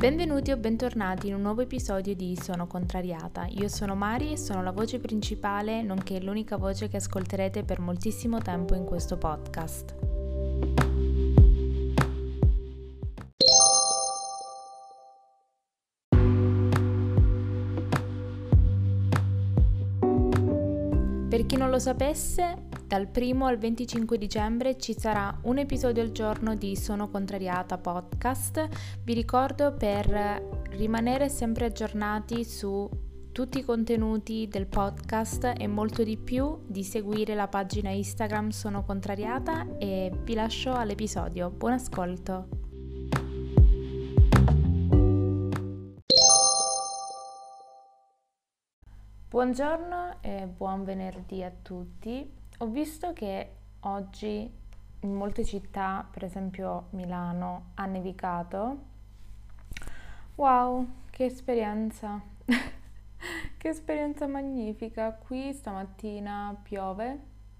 Benvenuti o bentornati in un nuovo episodio di Sono Contrariata. Io sono Mari e sono la voce principale, nonché l'unica voce che ascolterete per moltissimo tempo in questo podcast. Per chi non lo sapesse, dal 1 al 25 dicembre ci sarà un episodio al giorno di Sono Contrariata podcast. Vi ricordo, per rimanere sempre aggiornati su tutti i contenuti del podcast e molto di più, di seguire la pagina Instagram Sono Contrariata, e vi lascio all'episodio. Buon ascolto! Buongiorno e buon venerdì a tutti. Ho visto che oggi in molte città, per esempio Milano, ha nevicato. Wow, che esperienza! Che esperienza magnifica! Qui stamattina piove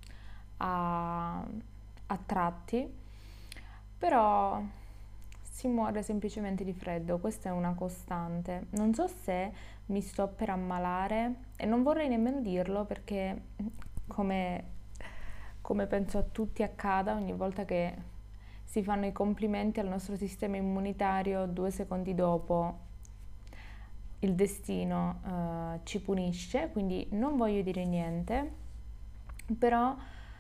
a tratti, però si muore semplicemente di freddo, questa è una costante. Non so se mi sto per ammalare e non vorrei nemmeno dirlo perché, come penso a tutti accada ogni volta che si fanno i complimenti al nostro sistema immunitario, 2 secondi dopo il destino ci punisce, quindi non voglio dire niente, però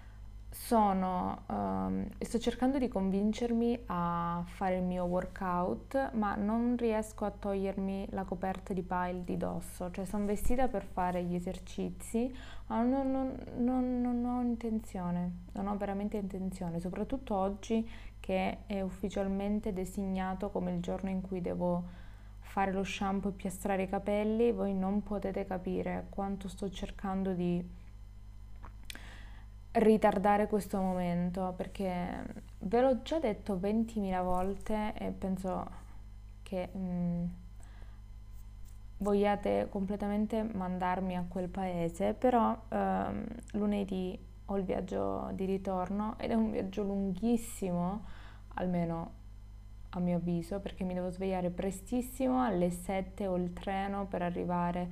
sto cercando di convincermi a fare il mio workout, ma non riesco a togliermi la coperta di pile di dosso, cioè sono vestita per fare gli esercizi, ma non ho intenzione, non ho veramente intenzione, soprattutto oggi che è ufficialmente designato come il giorno in cui devo fare lo shampoo e piastrare i capelli. Voi non potete capire quanto sto cercando di ritardare questo momento, perché ve l'ho già detto 20.000 volte e penso che vogliate completamente mandarmi a quel paese, però lunedì ho il viaggio di ritorno ed è un viaggio lunghissimo, almeno a mio avviso, perché mi devo svegliare prestissimo, alle 7 ho il treno per arrivare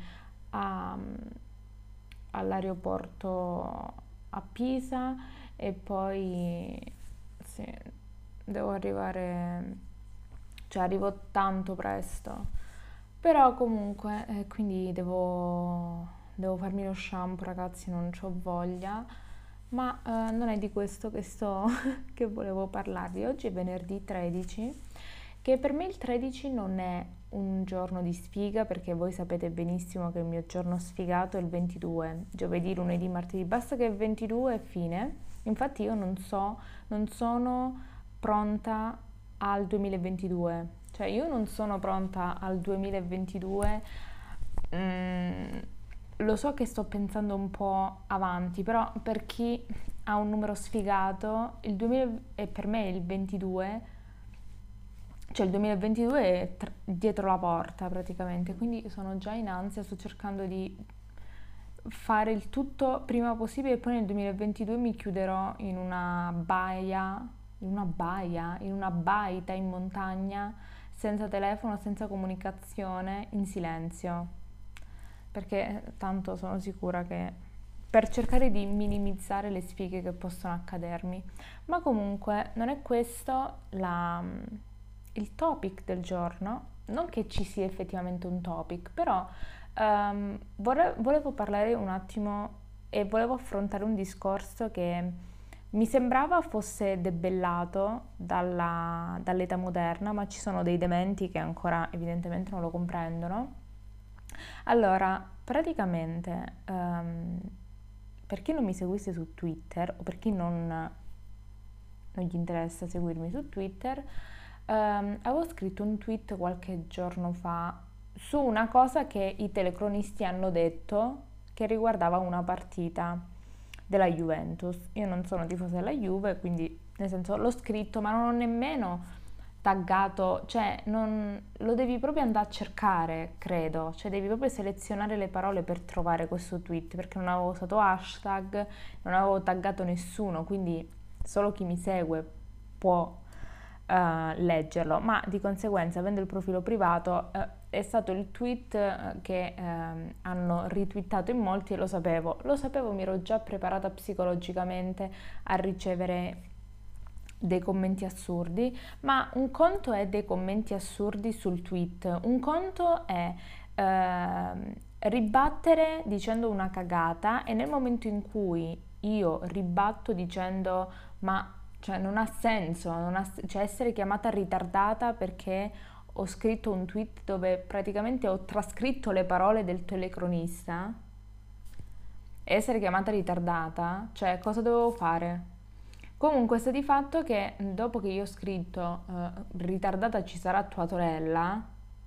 all'aeroporto a Pisa e poi sì, devo arrivare, cioè arrivo tanto presto, però comunque quindi devo farmi lo shampoo, ragazzi, non c'ho voglia, ma non è di questo che volevo parlarvi. Oggi è venerdì 13, che per me il 13 non è un giorno di sfiga, perché voi sapete benissimo che il mio giorno sfigato è il 22, giovedì, lunedì, martedì, basta che è 22 e fine. Infatti io non sono pronta al 2022, cioè io non sono pronta al 2022. Lo so che sto pensando un po' avanti, però per chi ha un numero sfigato, il 2000 e per me il 22, cioè il 2022 è dietro la porta praticamente, quindi sono già in ansia, sto cercando di fare il tutto prima possibile e poi nel 2022 mi chiuderò in una baita in montagna, senza telefono, senza comunicazione, in silenzio, perché tanto sono sicura che per cercare di minimizzare le sfighe che possono accadermi. Ma comunque non è questo il topic del giorno, non che ci sia effettivamente un topic, però volevo parlare un attimo e volevo affrontare un discorso che mi sembrava fosse debellato dall'età moderna, ma ci sono dei dementi che ancora evidentemente non lo comprendono. Allora, praticamente, per chi non mi seguisse su Twitter o per chi non gli interessa seguirmi su Twitter, avevo scritto un tweet qualche giorno fa su una cosa che i telecronisti hanno detto che riguardava una partita della Juventus. Io non sono tifosa della Juve, quindi nel senso l'ho scritto, ma non ho nemmeno taggato, cioè lo devi proprio andare a cercare, credo, cioè devi proprio selezionare le parole per trovare questo tweet, perché non avevo usato hashtag, non avevo taggato nessuno, quindi solo chi mi segue può leggerlo, ma di conseguenza, avendo il profilo privato, è stato il tweet che hanno ritwittato in molti, e lo sapevo, mi ero già preparata psicologicamente a ricevere dei commenti assurdi, ma un conto è dei commenti assurdi sul tweet, un conto è ribattere dicendo una cagata, e nel momento in cui io ribatto dicendo ma cioè, non ha senso, cioè essere chiamata ritardata perché ho scritto un tweet dove praticamente ho trascritto le parole del telecronista, e essere chiamata ritardata, cioè cosa dovevo fare? Comunque sta di fatto che dopo che io ho scritto ritardata ci sarà tua sorella,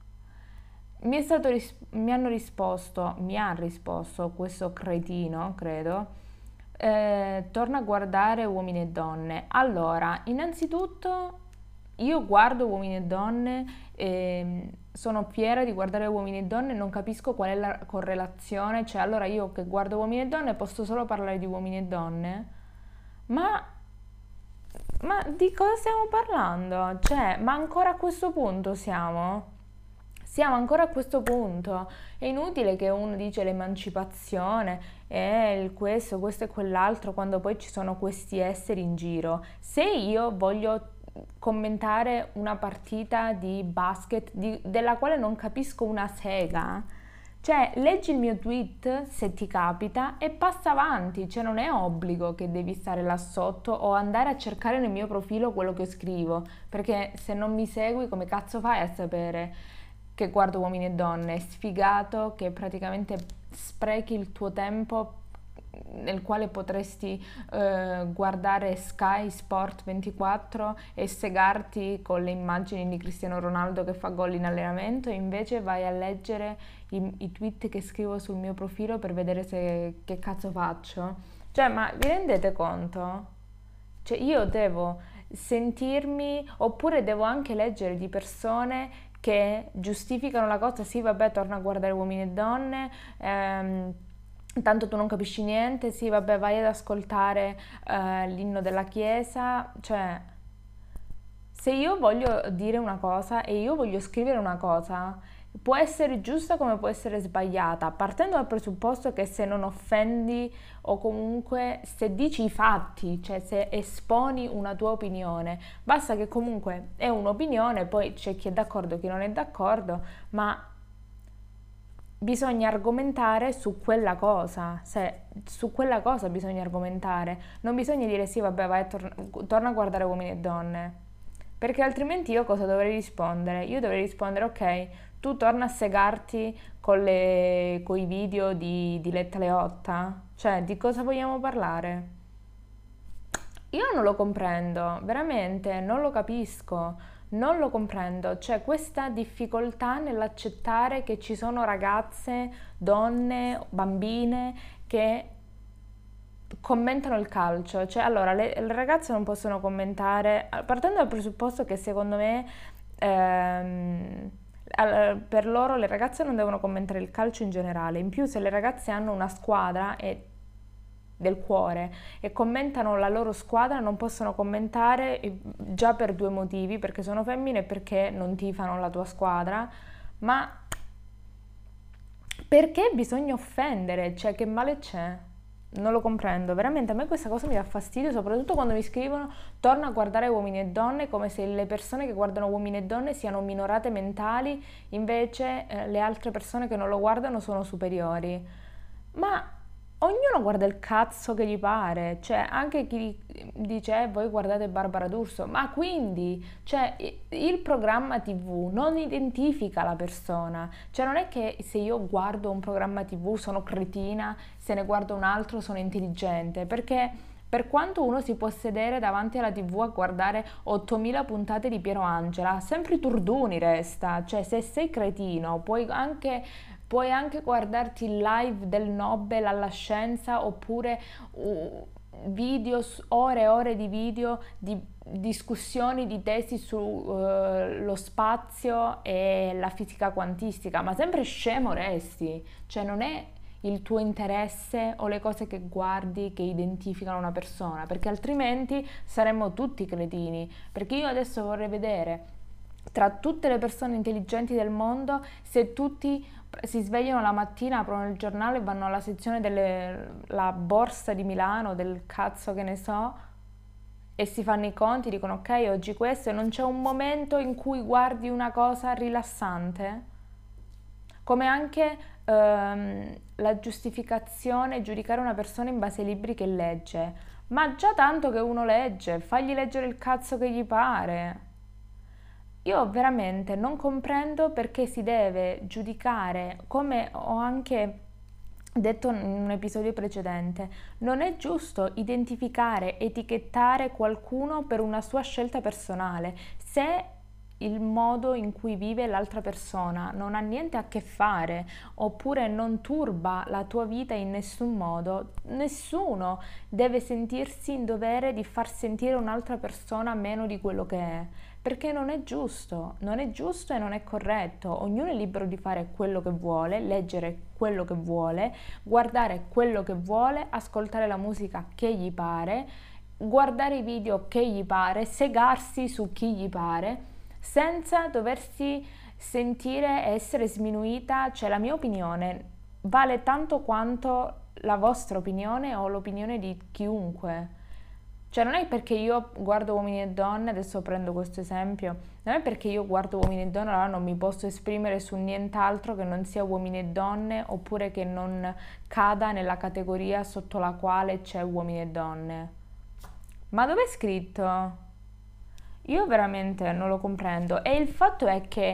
mi ha risposto questo cretino, credo, torna a guardare Uomini e Donne. Allora, innanzitutto io guardo Uomini e Donne, sono fiera di guardare Uomini e Donne, non capisco qual è la correlazione, cioè allora io che guardo Uomini e Donne posso solo parlare di Uomini e Donne? Ma di cosa stiamo parlando? Cioè, ma ancora a questo punto siamo? Siamo ancora a questo punto. È inutile che uno dice l'emancipazione e il questo e quell'altro, quando poi ci sono questi esseri in giro. Se io voglio commentare una partita di basket della quale non capisco una sega, cioè leggi il mio tweet se ti capita e passa avanti, cioè non è obbligo che devi stare là sotto o andare a cercare nel mio profilo quello che scrivo, perché se non mi segui come cazzo fai a sapere che guardo Uomini e Donne? È sfigato che praticamente sprechi il tuo tempo nel quale potresti guardare Sky Sport 24 e segarti con le immagini di Cristiano Ronaldo che fa gol in allenamento, e invece vai a leggere i tweet che scrivo sul mio profilo per vedere che cazzo faccio. Cioè, ma vi rendete conto? Cioè, io devo sentirmi, oppure devo anche leggere di persone che giustificano la cosa, sì vabbè torna a guardare Uomini e Donne, tanto tu non capisci niente, sì vabbè vai ad ascoltare l'inno della chiesa, cioè se io voglio dire una cosa e io voglio scrivere una cosa, può essere giusta come può essere sbagliata, partendo dal presupposto che se non offendi o comunque se dici i fatti, cioè se esponi una tua opinione, basta che comunque è un'opinione, poi c'è chi è d'accordo e chi non è d'accordo, ma bisogna argomentare su quella cosa, se su quella cosa bisogna argomentare, non bisogna dire sì vabbè vai torna a guardare Uomini e Donne, perché altrimenti io cosa dovrei rispondere? Io dovrei rispondere ok, tu torna a segarti con i video di Diletta Leotta, cioè di cosa vogliamo parlare? Io non lo comprendo, veramente non lo capisco, non lo comprendo, cioè questa difficoltà nell'accettare che ci sono ragazze, donne, bambine che commentano il calcio, cioè allora le ragazze non possono commentare, partendo dal presupposto che secondo me per loro le ragazze non devono commentare il calcio in generale, in più se le ragazze hanno una squadra del cuore e commentano la loro squadra non possono commentare già per due motivi, perché sono femmine e perché non tifano la tua squadra, ma perché bisogna offendere? Cioè che male c'è? Non lo comprendo, veramente a me questa cosa mi dà fastidio, soprattutto quando mi scrivono torna a guardare Uomini e Donne, come se le persone che guardano Uomini e Donne siano minorate mentali, invece le altre persone che non lo guardano sono superiori. Ma ognuno guarda il cazzo che gli pare, cioè anche chi dice voi guardate Barbara D'Urso, ma quindi, cioè il programma TV non identifica la persona, cioè non è che se io guardo un programma TV sono cretina, se ne guardo un altro sono intelligente, perché per quanto uno si può sedere davanti alla TV a guardare 8000 puntate di Piero Angela, sempre Turduni resta, cioè se sei cretino puoi anche guardarti il live del Nobel alla scienza, oppure video, ore e ore di video di discussioni di tesi sullo spazio e la fisica quantistica, ma sempre scemo resti, cioè non è il tuo interesse o le cose che guardi che identificano una persona, perché altrimenti saremmo tutti cretini, perché io adesso vorrei vedere tra tutte le persone intelligenti del mondo se tutti si svegliano la mattina, aprono il giornale e vanno alla sezione della borsa di Milano, del cazzo che ne so, e si fanno i conti, dicono ok, oggi questo, e non c'è un momento in cui guardi una cosa rilassante? Come anche la giustificazione, giudicare una persona in base ai libri che legge. Ma già tanto che uno legge, fagli leggere il cazzo che gli pare. Io veramente non comprendo perché si deve giudicare, come ho anche detto in un episodio precedente, non è giusto identificare, etichettare qualcuno per una sua scelta personale. Se il modo in cui vive l'altra persona non ha niente a che fare oppure non turba la tua vita in nessun modo, nessuno deve sentirsi in dovere di far sentire un'altra persona meno di quello che è, perché non è giusto e non è corretto. Ognuno è libero di fare quello che vuole, leggere quello che vuole, guardare quello che vuole, ascoltare la musica che gli pare, guardare i video che gli pare, segarsi su chi gli pare, senza doversi sentire essere sminuita. Cioè, la mia opinione vale tanto quanto la vostra opinione o l'opinione di chiunque. Cioè, non è perché io guardo uomini e donne, adesso prendo questo esempio, non è perché io guardo uomini e donne allora non mi posso esprimere su nient'altro che non sia uomini e donne, oppure che non cada nella categoria sotto la quale c'è uomini e donne. Ma dov'è scritto? Io veramente non lo comprendo. E il fatto è che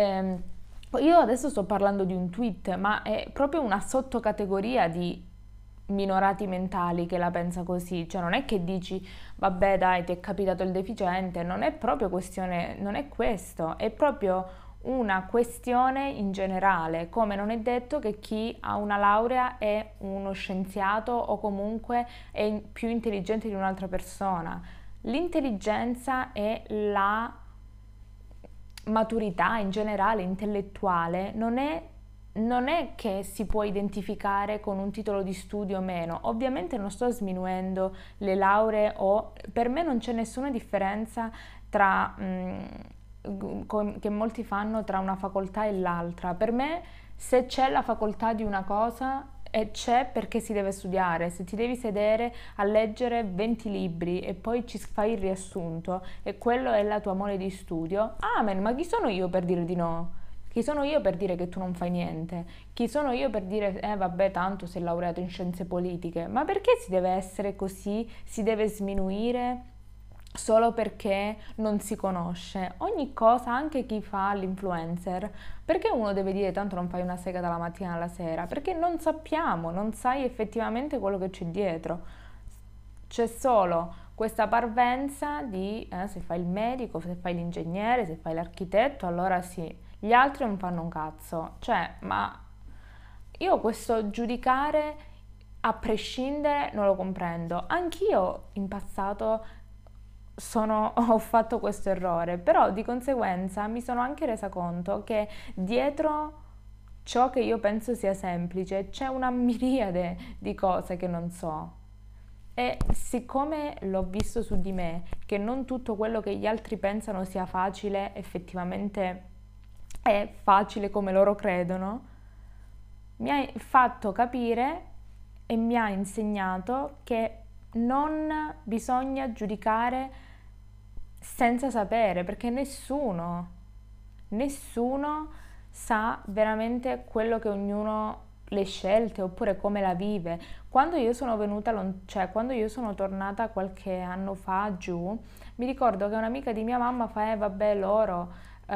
io adesso sto parlando di un tweet, ma è proprio una sottocategoria di minorati mentali che la pensa così. Cioè non è che dici vabbè dai, ti è capitato il deficiente, non è proprio questione, non è questo, è proprio una questione in generale, come non è detto che chi ha una laurea è uno scienziato o comunque è più intelligente di un'altra persona. L'intelligenza e la maturità in generale intellettuale non è che si può identificare con un titolo di studio o meno. Ovviamente non sto sminuendo le lauree o per me non c'è nessuna differenza tra che molti fanno tra una facoltà e l'altra. Per me se c'è la facoltà di una cosa e c'è perché si deve studiare. Se ti devi sedere a leggere 20 libri e poi ci fai il riassunto e quello è la tua mole di studio, amen, ma chi sono io per dire di no? Chi sono io per dire che tu non fai niente? Chi sono io per dire, vabbè, tanto sei laureato in scienze politiche? Ma perché si deve essere così? Si deve sminuire solo perché non si conosce? Ogni cosa, anche chi fa l'influencer, perché uno deve dire tanto non fai una sega dalla mattina alla sera? Perché non sappiamo, non sai effettivamente quello che c'è dietro. C'è solo questa parvenza di se fai il medico, se fai l'ingegnere, se fai l'architetto, allora sì, gli altri non fanno un cazzo. Cioè, ma io questo giudicare a prescindere non lo comprendo. Anch'io in passato ho fatto questo errore, però di conseguenza mi sono anche resa conto che dietro ciò che io penso sia semplice c'è una miriade di cose che non so. E siccome l'ho visto su di me, che non tutto quello che gli altri pensano sia facile, effettivamente è facile come loro credono, mi ha fatto capire e mi ha insegnato che non bisogna giudicare senza sapere, perché nessuno sa veramente quello che ognuno le scelte oppure come la vive. Quando io sono quando io sono tornata qualche anno fa giù, mi ricordo che un'amica di mia mamma fa, vabbè loro,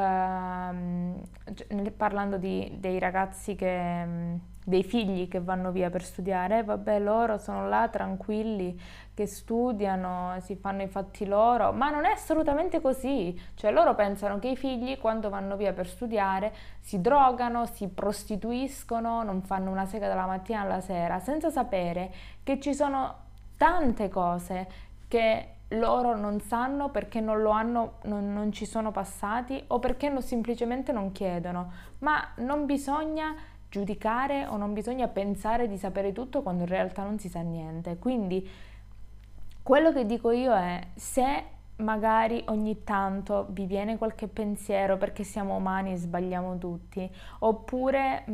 parlando dei ragazzi dei figli che vanno via per studiare, vabbè loro sono là tranquilli che studiano, si fanno i fatti loro, ma non è assolutamente così. Cioè loro pensano che i figli quando vanno via per studiare si drogano, si prostituiscono, non fanno una sega dalla mattina alla sera, senza sapere che ci sono tante cose che loro non sanno perché non lo hanno, non ci sono passati o perché semplicemente non chiedono. Ma non bisogna giudicare o non bisogna pensare di sapere tutto quando in realtà non si sa niente. Quindi quello che dico io è, se magari ogni tanto vi viene qualche pensiero, perché siamo umani e sbagliamo tutti, oppure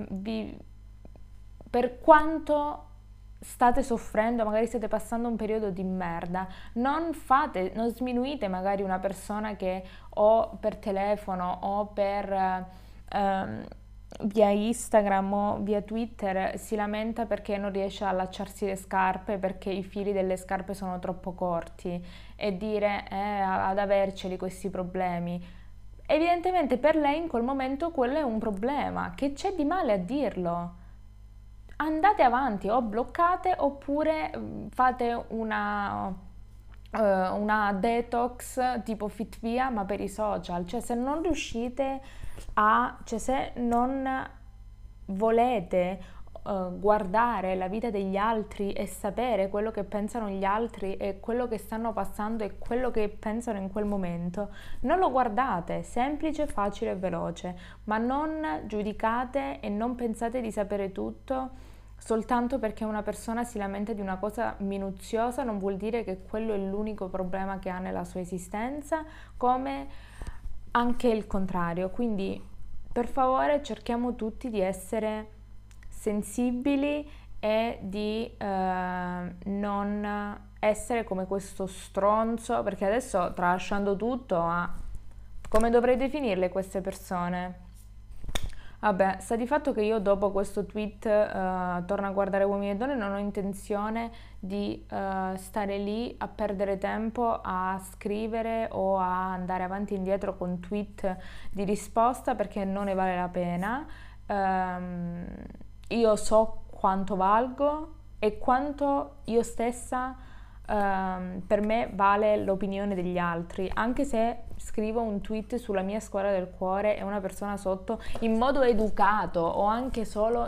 per quanto state soffrendo, magari state passando un periodo di merda, non sminuite magari una persona che o per telefono o per via Instagram o via Twitter si lamenta perché non riesce a allacciarsi le scarpe perché i fili delle scarpe sono troppo corti, e dire ad averceli questi problemi. Evidentemente per lei in quel momento quello è un problema. Che c'è di male a dirlo? Andate avanti, o bloccate oppure fate una detox tipo Fitvia, ma per i social. Cioè, se non riuscite cioè se non volete guardare la vita degli altri e sapere quello che pensano gli altri e quello che stanno passando e quello che pensano in quel momento, non lo guardate, semplice, facile e veloce, ma non giudicate e non pensate di sapere tutto. Soltanto perché una persona si lamenta di una cosa minuziosa non vuol dire che quello è l'unico problema che ha nella sua esistenza, come anche il contrario. Quindi per favore cerchiamo tutti di essere sensibili e di non essere come questo stronzo, perché adesso tralasciando tutto, come dovrei definirle queste persone? Vabbè, sta di fatto che io dopo questo tweet torno a guardare Uomini e Donne, non ho intenzione di stare lì a perdere tempo a scrivere o a andare avanti e indietro con tweet di risposta, perché non ne vale la pena. Io so quanto valgo e quanto io stessa per me vale l'opinione degli altri, anche se scrivo un tweet sulla mia squadra del cuore e una persona sotto in modo educato o anche solo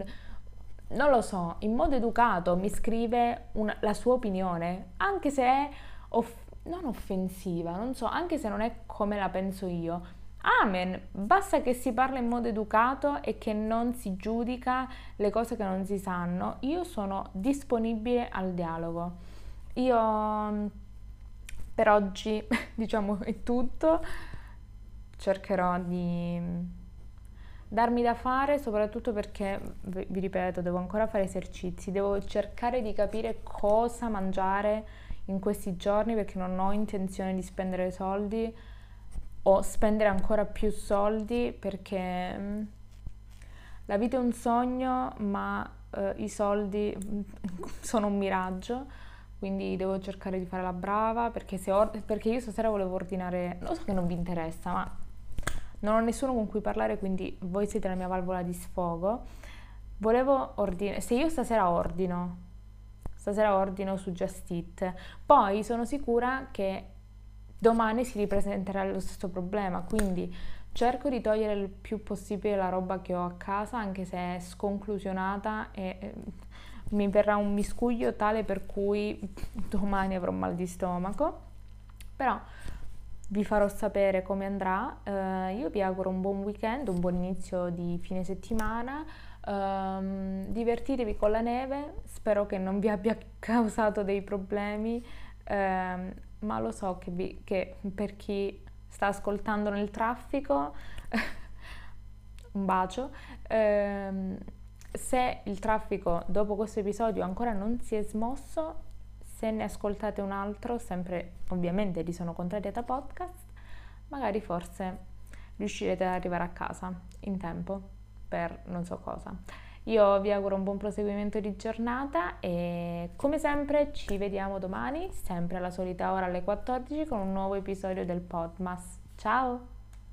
non lo so, in modo educato mi scrive la sua opinione, anche se è non offensiva, non so, anche se non è come la penso io. Amen, basta che si parla in modo educato e che non si giudica le cose che non si sanno. Io sono disponibile al dialogo. Io per oggi, diciamo, è tutto. Cercherò di darmi da fare, soprattutto perché, vi ripeto, devo ancora fare esercizi, devo cercare di capire cosa mangiare in questi giorni, perché non ho intenzione di spendere soldi o spendere ancora più soldi, perché la vita è un sogno, ma i soldi sono un miraggio. Quindi devo cercare di fare la brava, perché io stasera volevo ordinare, lo so che non vi interessa, ma non ho nessuno con cui parlare, quindi voi siete la mia valvola di sfogo. Volevo ordinare, se io stasera ordino su Just Eat, poi sono sicura che domani si ripresenterà lo stesso problema, quindi cerco di togliere il più possibile la roba che ho a casa, anche se è sconclusionata e mi verrà un miscuglio tale per cui domani avrò mal di stomaco, però vi farò sapere come andrà. Io vi auguro un buon weekend, un buon inizio di fine settimana, divertitevi con la neve, spero che non vi abbia causato dei problemi, ma lo so che per chi sta ascoltando nel traffico, un bacio. Se il traffico dopo questo episodio ancora non si è smosso, se ne ascoltate un altro, sempre ovviamente di Sono Contrariata Podcast, magari forse riuscirete ad arrivare a casa in tempo per non so cosa. Io vi auguro un buon proseguimento di giornata e come sempre ci vediamo domani, sempre alla solita ora alle 14 con un nuovo episodio del Podmas. Ciao!